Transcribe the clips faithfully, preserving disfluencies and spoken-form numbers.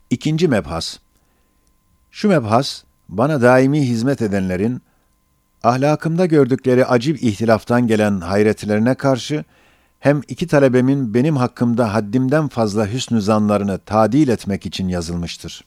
İkinci mebhas. Şu mebhas, bana daimi hizmet edenlerin, ahlakımda gördükleri acib ihtilaftan gelen hayretlerine karşı, hem iki talebemin benim hakkımda haddimden fazla hüsnü zanlarını tadil etmek için yazılmıştır.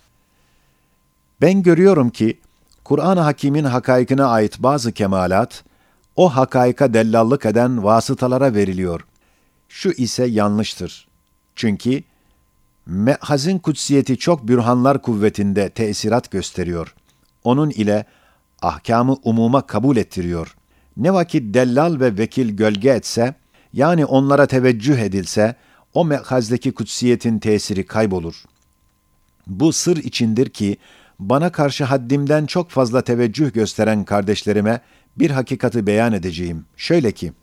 Ben görüyorum ki, Kur'an-ı Hakîm'in hakaikine ait bazı kemalat, o hakaika dellallık eden vasıtalara veriliyor. Şu ise yanlıştır. Çünkü, me'hazin kutsiyeti çok bürhanlar kuvvetinde tesirat gösteriyor. Onun ile ahkamı umuma kabul ettiriyor. Ne vakit dellal ve vekil gölge etse, yani onlara teveccüh edilse, o me'hazdeki kutsiyetin tesiri kaybolur. Bu sır içindir ki, bana karşı haddimden çok fazla teveccüh gösteren kardeşlerime bir hakikati beyan edeceğim. Şöyle ki,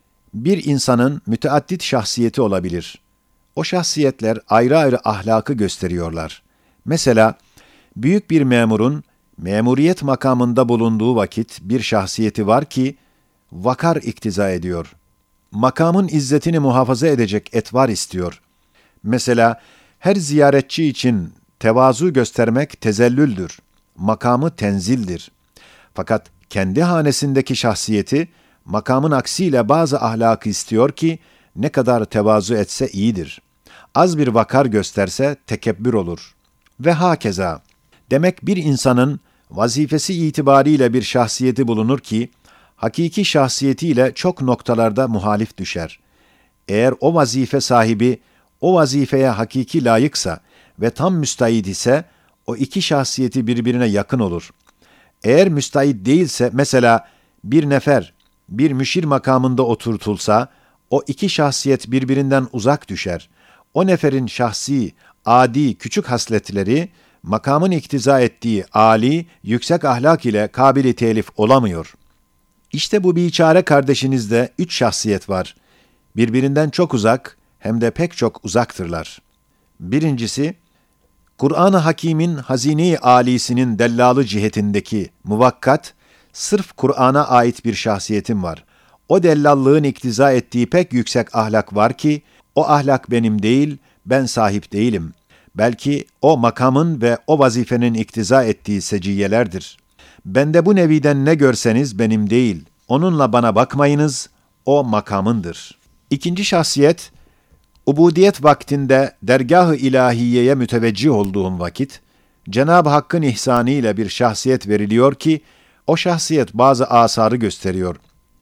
bir insanın müteaddit şahsiyeti olabilir. O şahsiyetler ayrı ayrı ahlakı gösteriyorlar. Mesela, büyük bir memurun, memuriyet makamında bulunduğu vakit bir şahsiyeti var ki, vakar iktiza ediyor. Makamın izzetini muhafaza edecek etvar istiyor. Mesela, her ziyaretçi için tevazu göstermek tezellüldür. Makamı tenzildir. Fakat kendi hanesindeki şahsiyeti, makamın aksiyle bazı ahlakı istiyor ki, ne kadar tevazu etse iyidir. Az bir vakar gösterse tekebbür olur. Ve hakeza. Demek bir insanın vazifesi itibariyle bir şahsiyeti bulunur ki, hakiki şahsiyetiyle çok noktalarda muhalif düşer. Eğer o vazife sahibi, o vazifeye hakiki layıksa ve tam müstahit ise, o iki şahsiyeti birbirine yakın olur. Eğer müstahit değilse, mesela bir nefer, bir müşir makamında oturtulsa, o iki şahsiyet birbirinden uzak düşer. O neferin şahsi, adi, küçük hasletleri, makamın iktiza ettiği âli, yüksek ahlak ile kabili telif olamıyor. İşte bu biçare kardeşinizde üç şahsiyet var. Birbirinden çok uzak, hem de pek çok uzaktırlar. Birincisi, Kur'an-ı Hakîm'in hazine-i âlisinin dellalı cihetindeki muvakkat, sırf Kur'an'a ait bir şahsiyetim var. O dellallığın iktiza ettiği pek yüksek ahlak var ki, o ahlak benim değil, ben sahip değilim. Belki o makamın ve o vazifenin iktiza ettiği seciyelerdir. Bende bu neviden ne görseniz benim değil, onunla bana bakmayınız, o makamındır. İkinci şahsiyet, ubudiyet vaktinde dergâh-ı ilahiyeye müteveccih olduğum vakit, Cenab-ı Hakk'ın ihsanı ile bir şahsiyet veriliyor ki, o şahsiyet bazı asarı gösteriyor.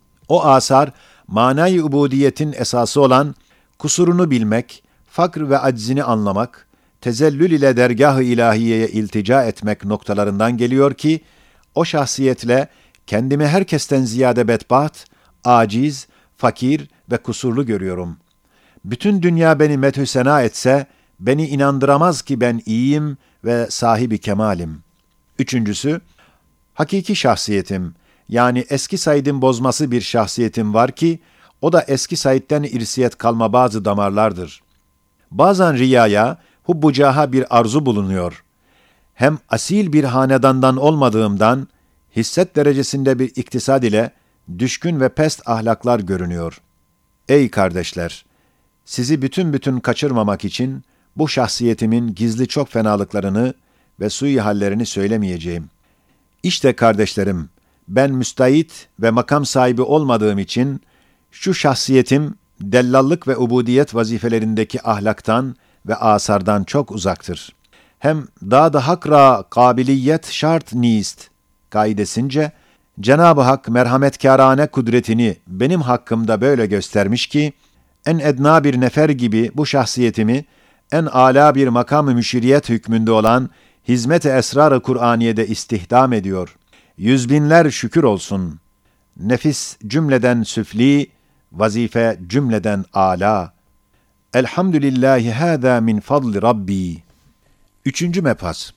O asar, manay-ı ubudiyetin esası olan kusurunu bilmek, fakr ve aczini anlamak, tezellül ile dergâh-ı ilahiyeye iltica etmek noktalarından geliyor ki, o şahsiyetle kendimi herkesten ziyade bedbaht, aciz, fakir ve kusurlu görüyorum. Bütün dünya beni methü sena etse, beni inandıramaz ki ben iyiyim ve sahibi kemalim. Üçüncüsü, hakiki şahsiyetim, yani eski Said'in bozması bir şahsiyetim var ki, o da eski Said'den irsiyet kalma bazı damarlardır. Bazen riyaya, hubbucaha bir arzu bulunuyor. Hem asil bir hanedandan olmadığımdan, hisset derecesinde bir iktisad ile düşkün ve pest ahlaklar görünüyor. Ey kardeşler! Sizi bütün bütün kaçırmamak için, bu şahsiyetimin gizli çok fenalıklarını ve sui hallerini söylemeyeceğim. İşte kardeşlerim, ben müstahit ve makam sahibi olmadığım için, şu şahsiyetim, dellallık ve ubudiyet vazifelerindeki ahlaktan ve asardan çok uzaktır. Hem daha da hakra kabiliyet şart nist kaidesince, Cenab-ı Hak merhametkârane kudretini benim hakkımda böyle göstermiş ki, en edna bir nefer gibi bu şahsiyetimi, en âlâ bir makam-ı müşiriyet hükmünde olan hizmet-i esrar-ı Kur'aniye'de istihdam ediyor. Yüzbinler şükür olsun. Nefis cümleden süfli, vazife cümleden âlâ. Elhamdülillahi hâzâ min fadli Rabbi. Üçüncü mebhas.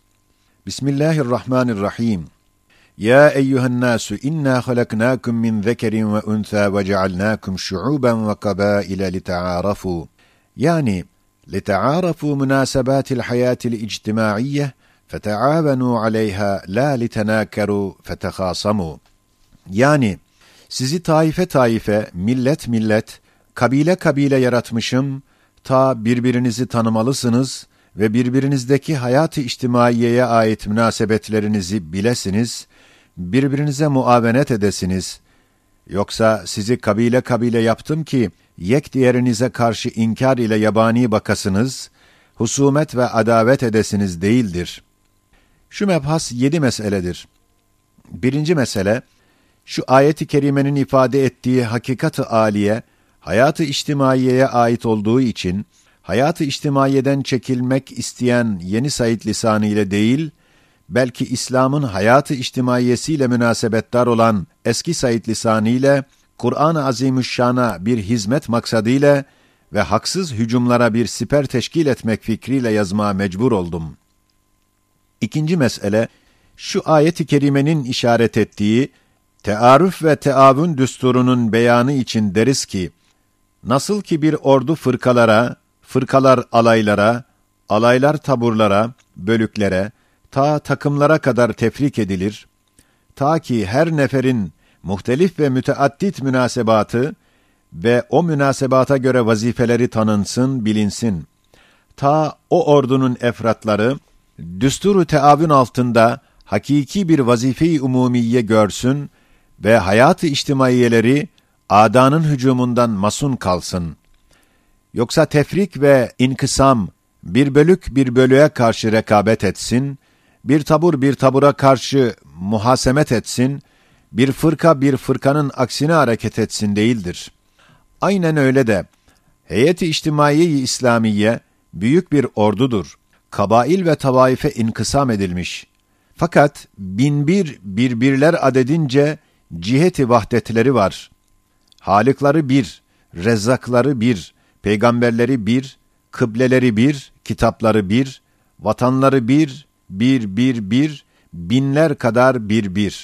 Bismillahirrahmanirrahim. Ya eyyühennâsü innâ halaknâkum min zekerin ve unsâ ve cealnâkum şu'ûben ve kabâile lite'ârafû. Yani, lite'ârafû münâsebâtil hayâtil ictimâiyye feteâvenû aleyhâ lâ litenâkerû fetehâsamû. Yani, sizi taife taife, millet millet, kabile kabile yaratmışım, ta birbirinizi tanımalısınız ve birbirinizdeki hayat-ı içtimaiyeye ait münasebetlerinizi bilesiniz, birbirinize muavenet edesiniz. Yoksa sizi kabile kabile yaptım ki, yek diğerinize karşı inkar ile yabani bakasınız, husumet ve adavet edesiniz değildir. Şu mebhas yedi meseledir. Birinci mesele, şu ayet-i kerimenin ifade ettiği hakikat-ı âliye, hayat-ı içtimaiyeye ait olduğu için, hayat-ı içtimaiyeden çekilmek isteyen yeni Said lisanı ile değil, belki İslam'ın hayat-ı içtimaiyesiyle münasebetdar olan eski Said lisanı ile, Kur'an-ı Azimüşşan'a bir hizmet maksadıyla ve haksız hücumlara bir siper teşkil etmek fikriyle yazmaya mecbur oldum. İkinci mesele, şu ayet-i kerimenin işaret ettiği, tearüf ve teavün düsturunun beyanı için deriz ki, nasıl ki bir ordu fırkalara, fırkalar alaylara, alaylar taburlara, bölüklere, ta takımlara kadar tefrik edilir, ta ki her neferin muhtelif ve müteaddit münasebatı ve o münasebata göre vazifeleri tanınsın, bilinsin. Ta o ordunun efratları, düsturu teavün altında hakiki bir vazife-i umumiye görsün ve hayat-ı içtimaiyeleri âdanın hücumundan masun kalsın. Yoksa tefrik ve inkısam, bir bölük bir bölüğe karşı rekabet etsin, bir tabur bir tabura karşı muhasemet etsin, bir fırka bir fırkanın aksine hareket etsin değildir. Aynen öyle de, heyet-i içtimaiye-i İslamiye büyük bir ordudur. Kabail ve tavaife inkısam edilmiş. Fakat binbir birbirler adedince ciheti vahdetleri var. Halıkları bir, rezzakları bir, peygamberleri bir, kıbleleri bir, kitapları bir, vatanları bir, bir, bir, bir, binler kadar bir, bir.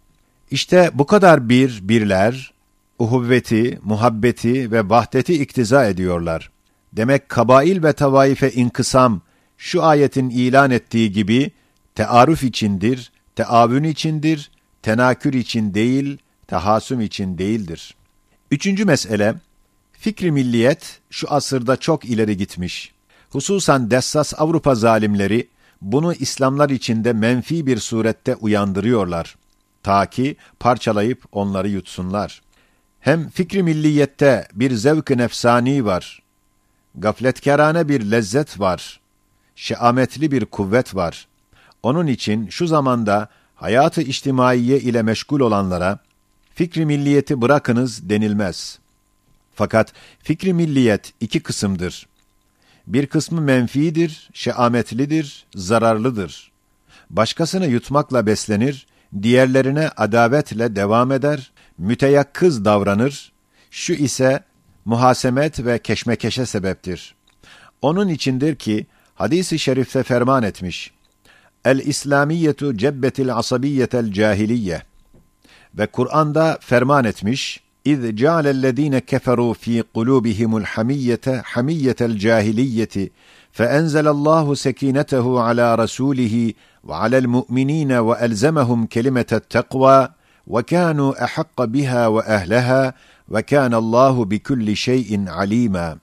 İşte bu kadar bir, birler, uhuvveti, muhabbeti ve vahdeti iktiza ediyorlar. Demek kabail ve tavaife inkısam, şu ayetin ilan ettiği gibi, tearüf içindir, teavün içindir, tenakür için değil, tehasüm için değildir. Üçüncü mesele, fikri milliyet şu asırda çok ileri gitmiş. Hususan dessas Avrupa zalimleri, bunu İslamlar içinde menfi bir surette uyandırıyorlar. Ta ki parçalayıp onları yutsunlar. Hem fikri milliyette bir zevk-ı nefsani var. Gafletkârane bir lezzet var. Şeametli bir kuvvet var. Onun için şu zamanda hayat-ı içtimaiye ile meşgul olanlara, fikri milliyeti bırakınız denilmez. Fakat fikri milliyet iki kısımdır. Bir kısmı menfidir, şeametlidir, zararlıdır. Başkasını yutmakla beslenir, diğerlerine adavetle devam eder, müteyakkız davranır, şu ise muhasemet ve keşmekeşe sebeptir. Onun içindir ki, hadis-i şerifte ferman etmiş, El-İslamiyetu cebbetil asabiyyetel cahiliyye ve Kur'an'da ferman etmiş, İz cealellezine keferu fi kulubihimul hamiyyete hamiyyetel cahiliyyeti feenzelallahu sekinetehu ala rasulihi ve alel mu'minine ve elzemehum kelimetet tekva ve kanu ahakka biha ve ehleha ve kânallahu bikulli şeyin alîmâ.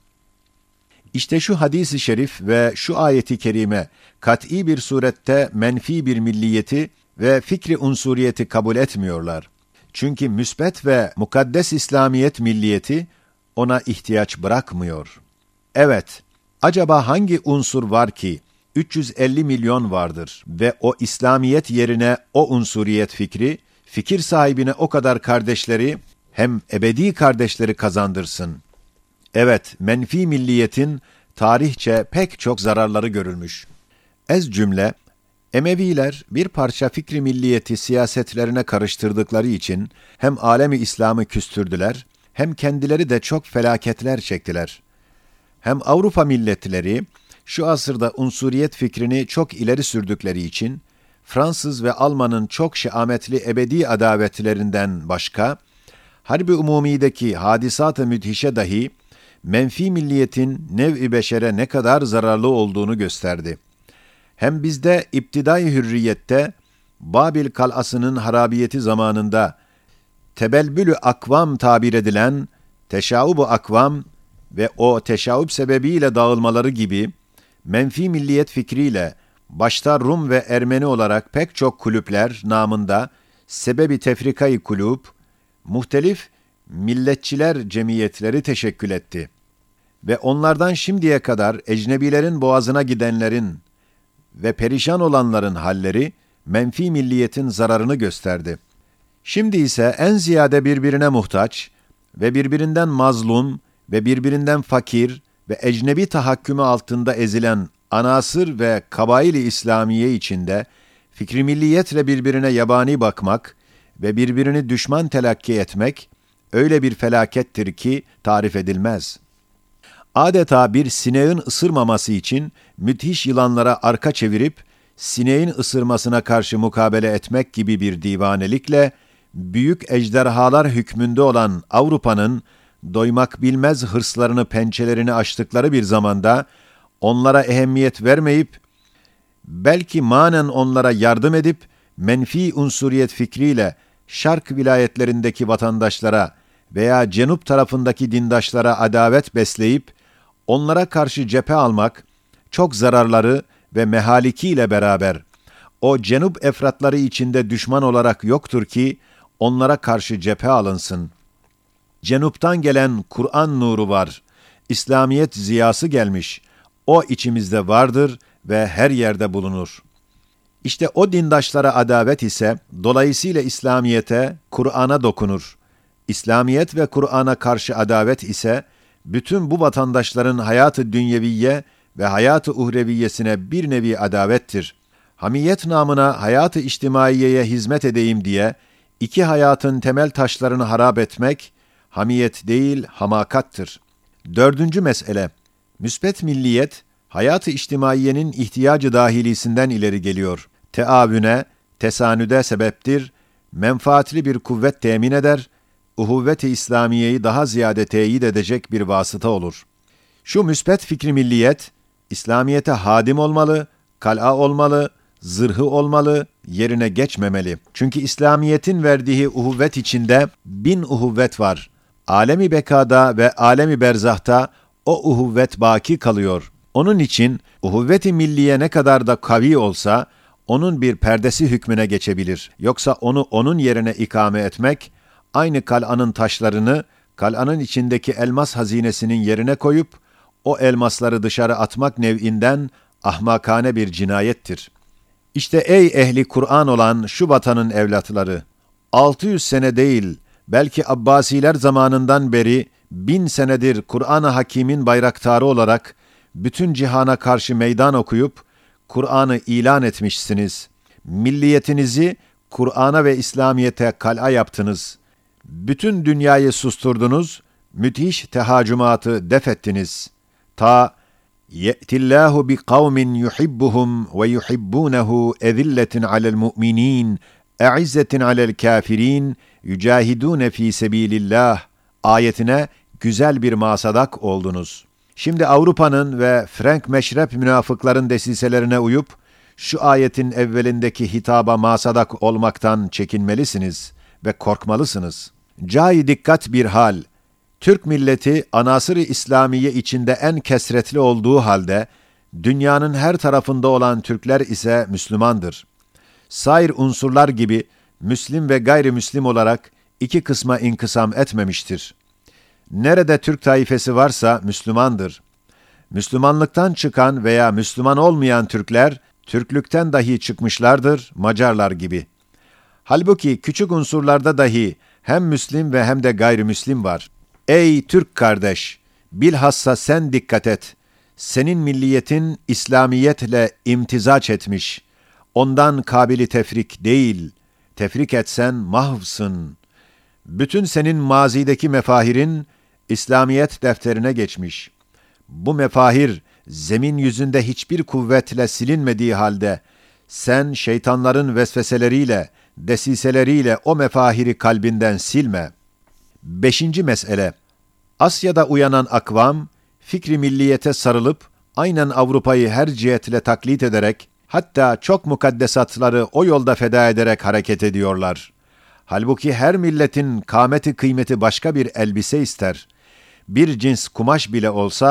İşte şu hadis-i şerif ve şu ayeti kerime kat'î bir surette menfi bir milliyeti ve fikri unsuriyeti kabul etmiyorlar. Çünkü müsbet ve mukaddes İslamiyet milliyeti ona ihtiyaç bırakmıyor. Evet, acaba hangi unsur var ki üç yüz elli milyon vardır ve o İslamiyet yerine o unsuriyet fikri, fikir sahibine o kadar kardeşleri hem ebedi kardeşleri kazandırsın. Evet, menfi milliyetin tarihçe pek çok zararları görülmüş. Ez cümle, Emeviler bir parça fikri milliyeti siyasetlerine karıştırdıkları için hem alemi İslam'ı küstürdüler, hem kendileri de çok felaketler çektiler. Hem Avrupa milletleri şu asırda unsuriyet fikrini çok ileri sürdükleri için, Fransız ve Alman'ın çok şeametli ebedi adavetlerinden başka, Harbi Umumi'deki hadisat-ı müthişe dahi, menfi milliyetin nev-i beşere ne kadar zararlı olduğunu gösterdi. Hem bizde iptidai hürriyette, Babil kal'asının harabiyeti zamanında, tebelbülü akvam tabir edilen, teşaub-u akvam ve o teşaub sebebiyle dağılmaları gibi, menfi milliyet fikriyle başta Rum ve Ermeni olarak pek çok kulüpler namında sebebi tefrikayı kulüp, muhtelif milletçiler cemiyetleri teşekkül etti. Ve onlardan şimdiye kadar ecnebilerin boğazına gidenlerin ve perişan olanların halleri menfi milliyetin zararını gösterdi. Şimdi ise en ziyade birbirine muhtaç ve birbirinden mazlum ve birbirinden fakir ve ecnebi tahakkümü altında ezilen anasır ve kabail-i İslamiye içinde fikri milliyetle birbirine yabani bakmak ve birbirini düşman telakki etmek öyle bir felakettir ki tarif edilmez. Adeta bir sineğin ısırmaması için müthiş yılanlara arka çevirip sineğin ısırmasına karşı mukabele etmek gibi bir divanelikle büyük ejderhalar hükmünde olan Avrupa'nın doymak bilmez hırslarını pençelerini açtıkları bir zamanda onlara ehemmiyet vermeyip belki manen onlara yardım edip menfi unsuriyet fikriyle Şark vilayetlerindeki vatandaşlara veya Cenup tarafındaki dindaşlara adavet besleyip onlara karşı cephe almak çok zararları ve mehalikiyle beraber o Cenup efratları içinde düşman olarak yoktur ki onlara karşı cephe alınsın. Cenup'tan gelen Kur'an nuru var. İslamiyet ziyası gelmiş. O içimizde vardır ve her yerde bulunur. İşte o dindaşlara adavet ise dolayısıyla İslamiyete, Kur'an'a dokunur. İslamiyet ve Kur'an'a karşı adavet ise bütün bu vatandaşların hayatı dünyeviye ve hayatı uhreviyesine bir nevi adavettir. Hamiyet namına hayatı içtimaiyeye hizmet edeyim diye iki hayatın temel taşlarını harap etmek, hamiyet değil hamakattır. Dördüncü mesele, müsbet milliyet, hayat-ı içtimaiyenin ihtiyacı dahilisinden ileri geliyor. Teavüne, tesanüde sebeptir, menfaatli bir kuvvet temin eder, uhuvvet-i İslamiye'yi daha ziyade teyit edecek bir vasıta olur. Şu müsbet fikri milliyet, İslamiyete hadim olmalı, kal'a olmalı, zırhı olmalı, yerine geçmemeli. Çünkü İslamiyetin verdiği uhuvvet içinde bin uhuvvet var. Alemi bekada ve alemi berzahta o uhuvvet baki kalıyor. Onun için uhuvvet-i milliye ne kadar da kavi olsa, onun bir perdesi hükmüne geçebilir. Yoksa onu onun yerine ikame etmek, aynı kal'anın taşlarını, kal'anın içindeki elmas hazinesinin yerine koyup, o elmasları dışarı atmak nev'inden ahmakane bir cinayettir. İşte ey ehli Kur'an olan şu vatanın evlatları, altı yüz sene değil, belki Abbasiler zamanından beri bin senedir Kur'an-ı Hakîm'in bayraktarı olarak bütün cihana karşı meydan okuyup Kur'an'ı ilan etmişsiniz. Milliyetinizi Kur'an'a ve İslamiyet'e kal'a yaptınız. Bütün dünyayı susturdunuz, müthiş tehacümatı def ettiniz. Ta ye'tillahu bi kavmin yuhibbuhum ve yuhibbunehu ezilletin alel mu'minin e'izzetin alel kafirin yücahidune fi sebilillah ayetine güzel bir masadak oldunuz. Şimdi Avrupa'nın ve Frank meşrep münafıkların desiselerine uyup şu ayetin evvelindeki hitaba masadak olmaktan çekinmelisiniz ve korkmalısınız. Cai dikkat bir hal, Türk milleti anasır-ı İslamiye içinde en kesretli olduğu halde, dünyanın her tarafında olan Türkler ise Müslümandır. Sair unsurlar gibi Müslim ve gayrimüslim olarak iki kısma inkısam etmemiştir. Nerede Türk taifesi varsa Müslümandır. Müslümanlıktan çıkan veya Müslüman olmayan Türkler, Türklükten dahi çıkmışlardır, Macarlar gibi. Halbuki küçük unsurlarda dahi hem Müslim ve hem de gayrimüslim var. Ey Türk kardeş! Bilhassa sen dikkat et. Senin milliyetin İslamiyetle imtizaç etmiş. Ondan kabili tefrik değil. Tefrik etsen mahvsın. Bütün senin mazideki mefahirin İslamiyet defterine geçmiş. Bu mefahir zemin yüzünde hiçbir kuvvetle silinmediği halde sen şeytanların vesveseleriyle, desiseleriyle o mefahiri kalbinden silme. Beşinci mesele, Asya'da uyanan akvam, fikri milliyete sarılıp, aynen Avrupa'yı her cihetle taklit ederek, hatta çok mukaddesatları o yolda feda ederek hareket ediyorlar. Halbuki her milletin kâmeti kıymeti başka bir elbise ister. Bir cins kumaş bile olsa,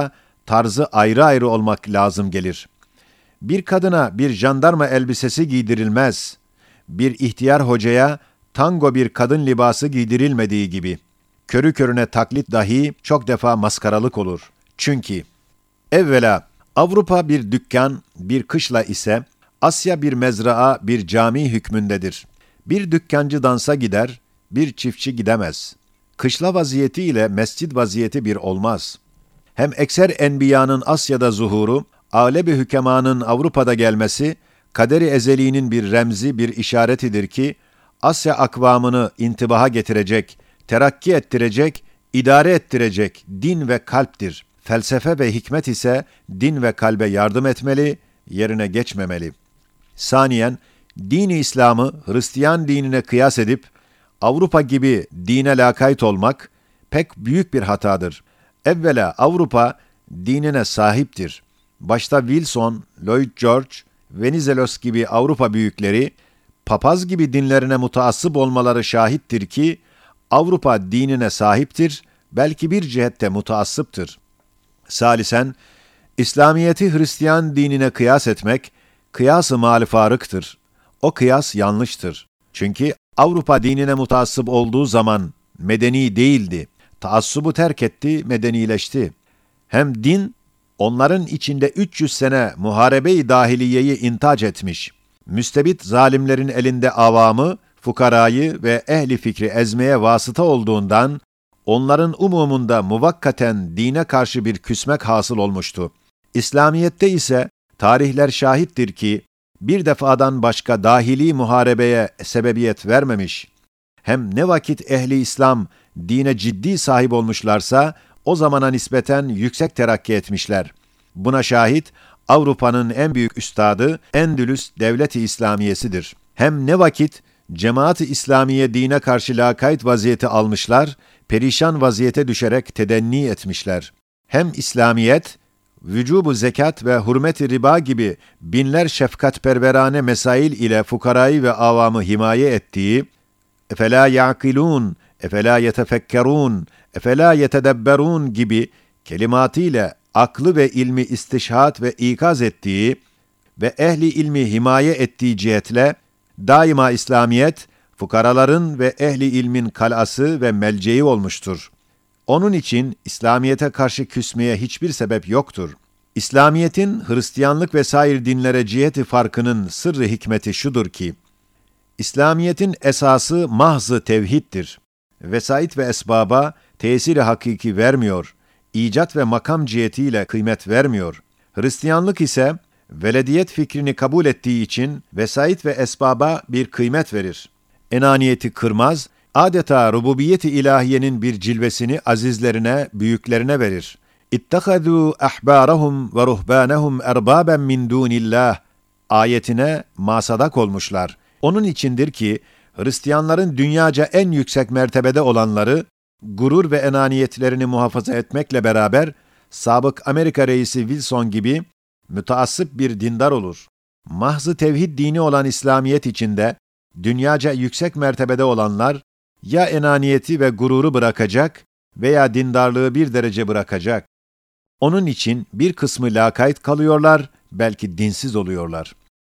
tarzı ayrı ayrı olmak lazım gelir. Bir kadına bir jandarma elbisesi giydirilmez. Bir ihtiyar hocaya tango bir kadın libası giydirilmediği gibi. Körü körüne taklit dahi çok defa maskaralık olur. Çünkü evvela Avrupa bir dükkan, bir kışla ise Asya bir mezraa, bir cami hükmündedir. Bir dükkancı dansa gider, bir çiftçi gidemez. Kışla vaziyeti ile mescid vaziyeti bir olmaz. Hem ekser enbiyanın Asya'da zuhuru, âleb-i hükemanın Avrupa'da gelmesi, kader-i ezeliğinin bir remzi, bir işaretidir ki, Asya akvamını intibaha getirecek, terakki ettirecek, idare ettirecek din ve kalptir. Felsefe ve hikmet ise din ve kalbe yardım etmeli, yerine geçmemeli. Saniyen, din-i İslam'ı Hristiyan dinine kıyas edip, Avrupa gibi dine lakayt olmak pek büyük bir hatadır. Evvela Avrupa dinine sahiptir. Başta Wilson, Lloyd George, Venizelos gibi Avrupa büyükleri, papaz gibi dinlerine mutaassıp olmaları şahittir ki, Avrupa dinine sahiptir, belki bir cihette mutaassıptır. Salisen, İslamiyeti Hristiyan dinine kıyas etmek, kıyas-ı mal farıktır. O kıyas yanlıştır. Çünkü Avrupa dinine mutaassıp olduğu zaman medeni değildi. Taassubu terk etti, medenileşti. Hem din, onların içinde üç yüz sene muharebe-i dahiliyeyi intac etmiş. Müstebit zalimlerin elinde avamı, fukarayı ve ehli fikri ezmeye vasıta olduğundan, onların umumunda muvakkaten dine karşı bir küsmek hasıl olmuştu. İslamiyette ise tarihler şahittir ki, bir defadan başka dahili muharebeye sebebiyet vermemiş. Hem ne vakit ehli İslam dine ciddi sahip olmuşlarsa, o zamana nispeten yüksek terakki etmişler. Buna şahit, Avrupa'nın en büyük üstadı Endülüs Devlet-i İslamiyesidir. Hem ne vakit cemaat-i İslamiye dine karşı lakayt vaziyeti almışlar, perişan vaziyete düşerek tedenni etmişler. Hem İslamiyet, vücubu zekat ve hürmet-i riba gibi binler şefkatperverane mesail ile fukarayı ve avamı himaye ettiği, efela ya'kilun, efela yetefekkerun, efela yetedebberun gibi kelimatıyla aklı ve ilmi istişhat ve ikaz ettiği ve ehli ilmi himaye ettiği cihetle daima İslamiyet, fukaraların ve ehli ilmin kalası ve melceği olmuştur. Onun için İslamiyete karşı küsmeye hiçbir sebep yoktur. İslamiyetin Hristiyanlık ve sair dinlere ciheti farkının sırrı hikmeti şudur ki, İslamiyetin esası mahz-ı tevhiddir. Vesait ve esbaba tesiri hakiki vermiyor, icat ve makam cihetiyle kıymet vermiyor. Hristiyanlık ise velediyet fikrini kabul ettiği için vesait ve esbaba bir kıymet verir. Enaniyeti kırmaz, adeta rububiyet-i ilahiyenin bir cilvesini azizlerine, büyüklerine verir. İttekazû ahbârahum ve ruhbânehum erbâben min dûnillah ayetine masadak olmuşlar. Onun içindir ki, Hristiyanların dünyaca en yüksek mertebede olanları, gurur ve enaniyetlerini muhafaza etmekle beraber, sabık Amerika reisi Wilson gibi müteassıp bir dindar olur. Mahz-ı tevhid dini olan İslamiyet içinde, dünyaca yüksek mertebede olanlar, ya enaniyeti ve gururu bırakacak veya dindarlığı bir derece bırakacak. Onun için bir kısmı lakayt kalıyorlar, belki dinsiz oluyorlar.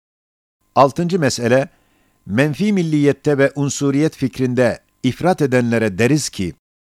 Altıncı mesele, menfi milliyette ve unsuriyet fikrinde ifrat edenlere deriz ki,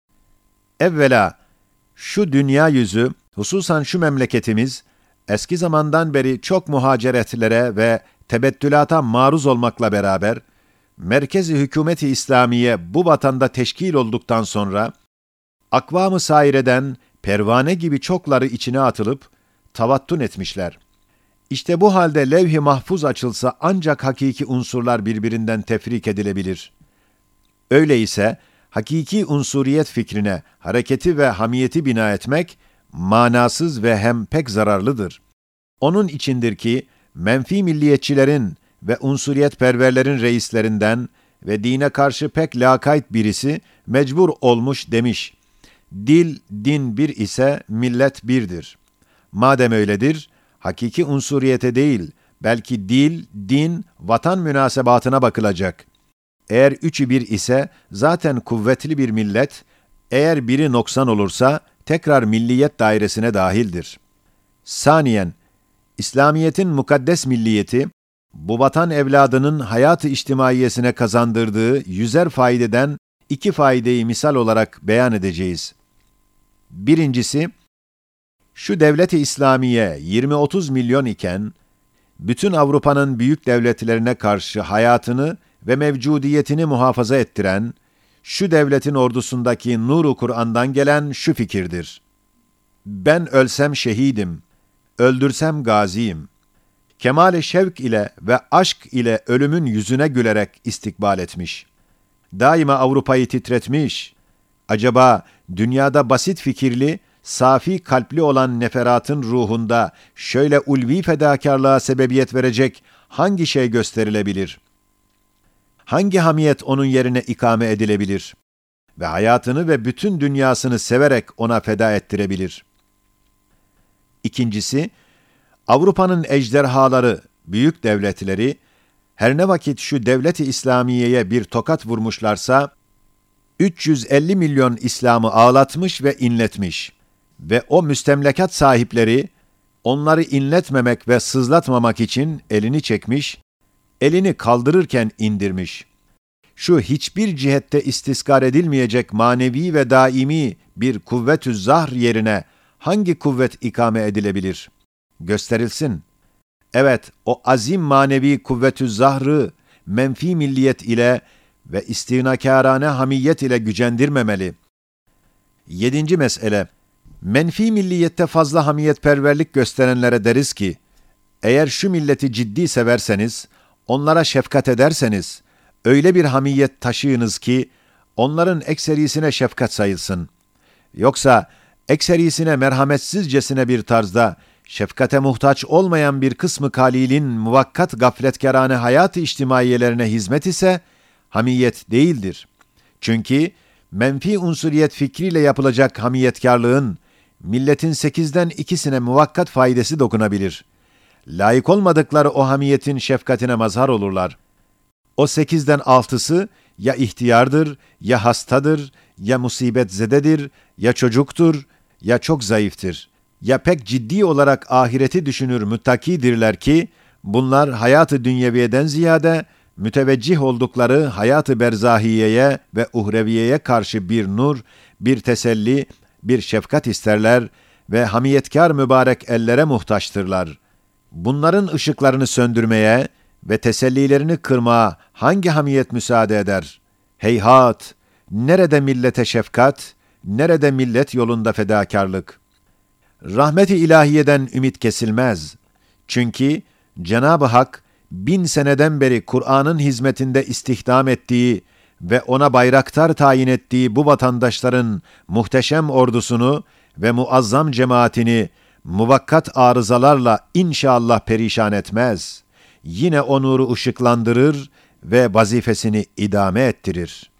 evvela şu dünya yüzü, hususan şu memleketimiz, eski zamandan beri çok muhaceretlere ve tebettülata maruz olmakla beraber, merkezi hükümeti İslamiye bu vatanda teşkil olduktan sonra, akvam-ı saireden pervane gibi çokları içine atılıp, tavattun etmişler. İşte bu halde levh-i mahfuz açılsa ancak hakiki unsurlar birbirinden tefrik edilebilir. Öyleyse, hakiki unsuriyet fikrine hareketi ve hamiyeti bina etmek, manasız ve hem pek zararlıdır. Onun içindir ki, menfi milliyetçilerin ve unsuriyetperverlerin reislerinden ve dine karşı pek lakayt birisi mecbur olmuş demiş, dil, din bir ise millet birdir. Madem öyledir, hakiki unsuriyete değil, belki dil, din, vatan münasebatına bakılacak. Eğer üçü bir ise zaten kuvvetli bir millet, eğer biri noksan olursa tekrar milliyet dairesine dahildir. Saniyen, İslamiyet'in mukaddes milliyeti, bu vatan evladının hayat-ı içtimaiyesine kazandırdığı yüzer faydeden iki faydeyi misal olarak beyan edeceğiz. Birincisi, şu devlet-i İslamiye yirmi otuz milyon iken, bütün Avrupa'nın büyük devletlerine karşı hayatını ve mevcudiyetini muhafaza ettiren, şu devletin ordusundaki nur-u Kur'an'dan gelen şu fikirdir. Ben ölsem şehidim, öldürsem gaziyim. Kemal-i şevk ile ve aşk ile ölümün yüzüne gülerek istikbal etmiş. Daima Avrupa'yı titretmiş. Acaba dünyada basit fikirli, safi kalpli olan neferatın ruhunda şöyle ulvi fedakarlığa sebebiyet verecek hangi şey gösterilebilir? Hangi hamiyet onun yerine ikame edilebilir? Ve hayatını ve bütün dünyasını severek ona feda ettirebilir? İkincisi, Avrupa'nın ejderhaları, büyük devletleri, her ne vakit şu devlet-i İslamiye'ye bir tokat vurmuşlarsa, üç yüz elli milyon İslam'ı ağlatmış ve inletmiş ve o müstemlekat sahipleri, onları inletmemek ve sızlatmamak için elini çekmiş, elini kaldırırken indirmiş. Şu hiçbir cihette istiskar edilmeyecek manevi ve daimi bir kuvvet-ü zahr yerine hangi kuvvet ikame edilebilir? Gösterilsin. Evet, o azim manevi kuvvet-ü zahrı menfi milliyet ile ve istinakârâne hamiyet ile gücendirmemeli. Yedinci mesele, menfi milliyette fazla hamiyetperverlik gösterenlere deriz ki, eğer şu milleti ciddi severseniz, onlara şefkat ederseniz, öyle bir hamiyet taşıyınız ki, onların ekserisine şefkat sayılsın. Yoksa, ekserisine merhametsizcesine bir tarzda, şefkate muhtaç olmayan bir kısmı kalilin muvakkat gafletkârâne hayat-ı içtimaiyelerine hizmet ise, hamiyet değildir. Çünkü, menfi unsuriyet fikriyle yapılacak hamiyetkarlığın, milletin sekizden ikisine muvakkat faydası dokunabilir. Layık olmadıkları o hamiyetin şefkatine mazhar olurlar. O sekizden altısı, ya ihtiyardır, ya hastadır, ya musibetzededir, ya çocuktur, ya çok zayıftır. Ya pek ciddi olarak ahireti düşünür müttakidirler ki, bunlar hayat-ı dünyeviyeden ziyade, müteveccih oldukları hayat-ı berzahiyeye ve uhreviyeye karşı bir nur, bir teselli, bir şefkat isterler ve hamiyetkar mübarek ellere muhtaçtırlar. Bunların ışıklarını söndürmeye ve tesellilerini kırmaya hangi hamiyet müsaade eder? Heyhat! Nerede millete şefkat, nerede millet yolunda fedakarlık? Rahmet-i ilahiyeden ümit kesilmez. Çünkü Cenab-ı Hak, bin seneden beri Kur'an'ın hizmetinde istihdam ettiği ve ona bayraktar tayin ettiği bu vatandaşların muhteşem ordusunu ve muazzam cemaatini muvakkat arızalarla inşallah perişan etmez. Yine o nuru ışıklandırır ve vazifesini idame ettirir.